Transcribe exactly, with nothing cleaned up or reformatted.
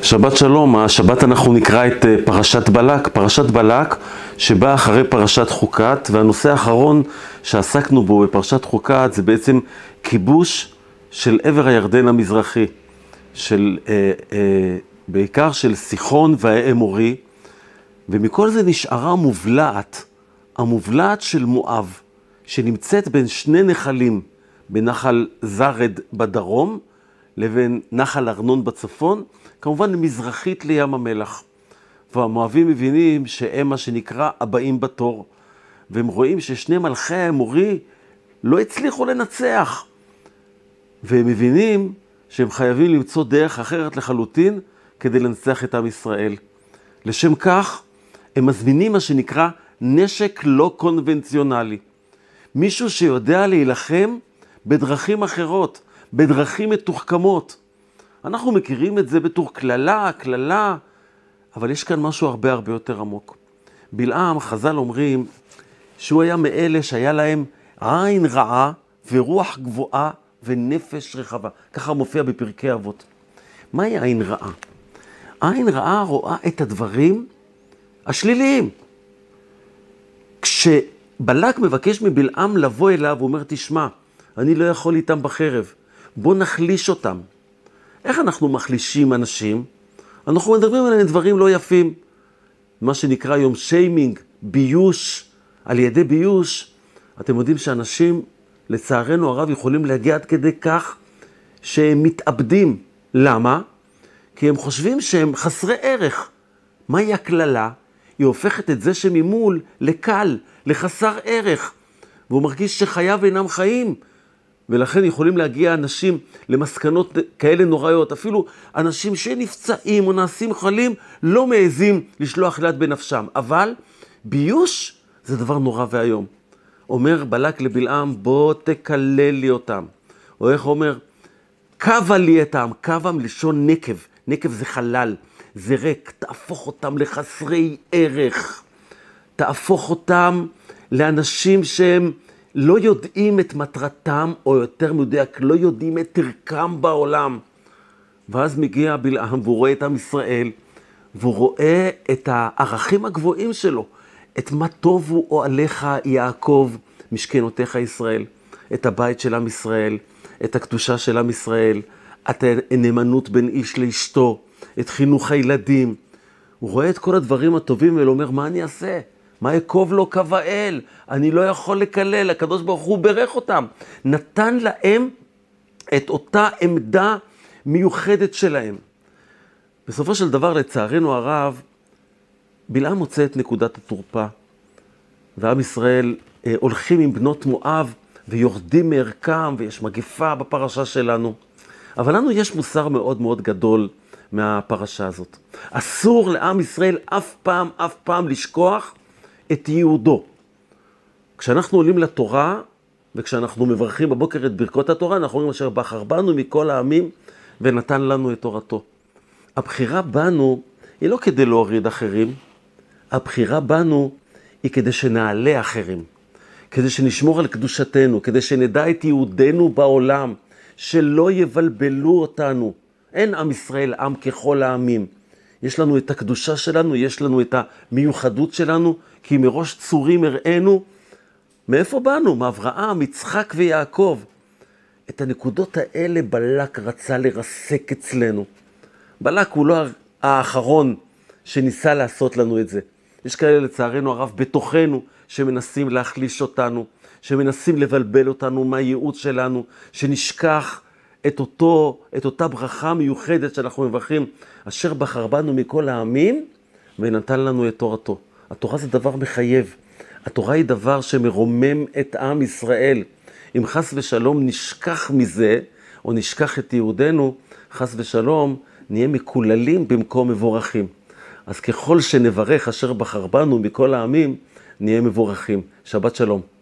שבת שלום, השבת אנחנו נקרא את פרשת בלק, פרשת בלק שבאה אחרי פרשת חוקת, והנושא האחרון שעסקנו בו בפרשת חוקת זה בעצם כיבוש של עבר הירדן המזרחי, של, אה, אה, בעיקר של סיחון והאמורי, ומכל זה נשארה המובלעת, המובלעת של מואב, שנמצאת בין שני נחלים, בנחל זרד בדרום, לבין נחל ארנון בצפון, כמובן מזרחית לים המלח. והמואבים מבינים שהם מה שנקרא הבאים בתור, והם רואים ששני מלכי האמורי לא הצליחו לנצח, והם מבינים שהם חייבים למצוא דרך אחרת לחלוטין כדי לנצח את עם ישראל. לשם כך הם מזמינים מה שנקרא נשק לא קונבנציונלי. מישהו שיודע להילחם בדרכים אחרות, בדרכים מתוחכמות. אנחנו מכירים את זה בתור כללה, כללה, אבל יש כאן משהו הרבה הרבה יותר עמוק. בלעם, חז"ל אומרים, שהוא היה מאלה שהיה להם עין רעה ורוח גבוהה ונפש רחבה. ככה מופיע בפרקי אבות. מהי עין רעה? עין רעה רואה את הדברים השליליים. כשבלק מבקש מבלעם לבוא אליו, הוא אומר, תשמע, אני לא יכול איתם בחרב. בוא נחליש אותם. איך אנחנו מחלישים אנשים? אנחנו מדברים עליהם דברים לא יפים. מה שנקרא יום שיימינג, ביוש, על ידי ביוש. אתם יודעים שאנשים, לצערנו הרב, יכולים להגיע עד כדי כך שהם מתאבדים. למה? כי הם חושבים שהם חסרי ערך. מהי הכללה? היא הופכת את זה שממול לקל, לחסר ערך. והוא מרגיש שחייו אינם חיים. ולכן יכולים להגיע אנשים למסקנות כאלה נוראיות. אפילו אנשים שנפצעים או נעשים חולים לא מעזים לשלוח יד בנפשם. אבל ביוש זה דבר נורא והיום. אומר בלק לבלעם, בוא תקלל לי אותם. או איך אומר, קווה לי אותם, קווה מלשון נקב. נקב זה חלל, זה ריק. תהפוך אותם לחסרי ערך. תהפוך אותם לאנשים שהם לא יודעים את מטרתם, או יותר מדויק, לא יודעים את ערכם בעולם. ואז מגיע בלעם, והוא רואה את עם ישראל, והוא רואה את הערכים הגבוהים שלו, את מה טובו אוהליך יעקב, משכנותיך ישראל, את הבית של עם ישראל, את הקדושה של עם ישראל, את הנאמנות בין איש לאשתו, את חינוך הילדים. הוא רואה את כל הדברים הטובים, והוא אומר, מה אני אעשה? מה יקוב לו קבאל? אני לא יכול לקלל, הקדוש ברוך הוא ברך אותם. נתן להם את אותה עמדה מיוחדת שלהם. בסופו של דבר, לצערנו הרב, בלעם מוצא את נקודת התורפה, ועם ישראל אה, הולכים עם בנות מואב, ויורדים מערכם, ויש מגפה בפרשה שלנו. אבל לנו יש מוסר מאוד מאוד גדול מהפרשה הזאת. אסור לעם ישראל אף פעם, אף פעם לשכוח את יהודו. כשאנחנו עולים לתורה, וכשאנחנו מברכים בבוקר את ברכות התורה, אנחנו אומרים אשר בחר בנו מכל העמים, ונתן לנו את תורתו. הבחירה בנו היא לא כדי להוריד אחרים, הבחירה בנו היא כדי שנעלה אחרים, כדי שנשמור על קדושתנו, כדי שנדע את יהודנו בעולם, שלא יבלבלו אותנו. אין עם ישראל עם ככל העמים. יש לנו את הקדושה שלנו, יש לנו את המיוחדות שלנו, כי מראש צורים הראינו. מאיפה באנו? מאברהם, יצחק ויעקב. את הנקודות האלה בלק רצה לרסק אצלנו. בלק הוא לא האחרון שניסה לעשות לנו את זה. יש כאלה לצערנו הרב בתוכנו שמנסים להחליש אותנו, שמנסים לבלבל אותנו מהייעוד שלנו, שנשכח את, אותו, את אותה ברכה מיוחדת שאנחנו מברכים, אשר בחר בנו מכל העמים ונתן לנו את תורתו. התורה זה דבר מחייב. התורה היא דבר שמרומם את עם ישראל. אם חס ושלום נשכח מזה, או נשכח את יהודנו, חס ושלום נהיה מקוללים במקום מבורכים. אז ככל שנברך אשר בחר בנו מכל העמים, נהיה מבורכים. שבת שלום.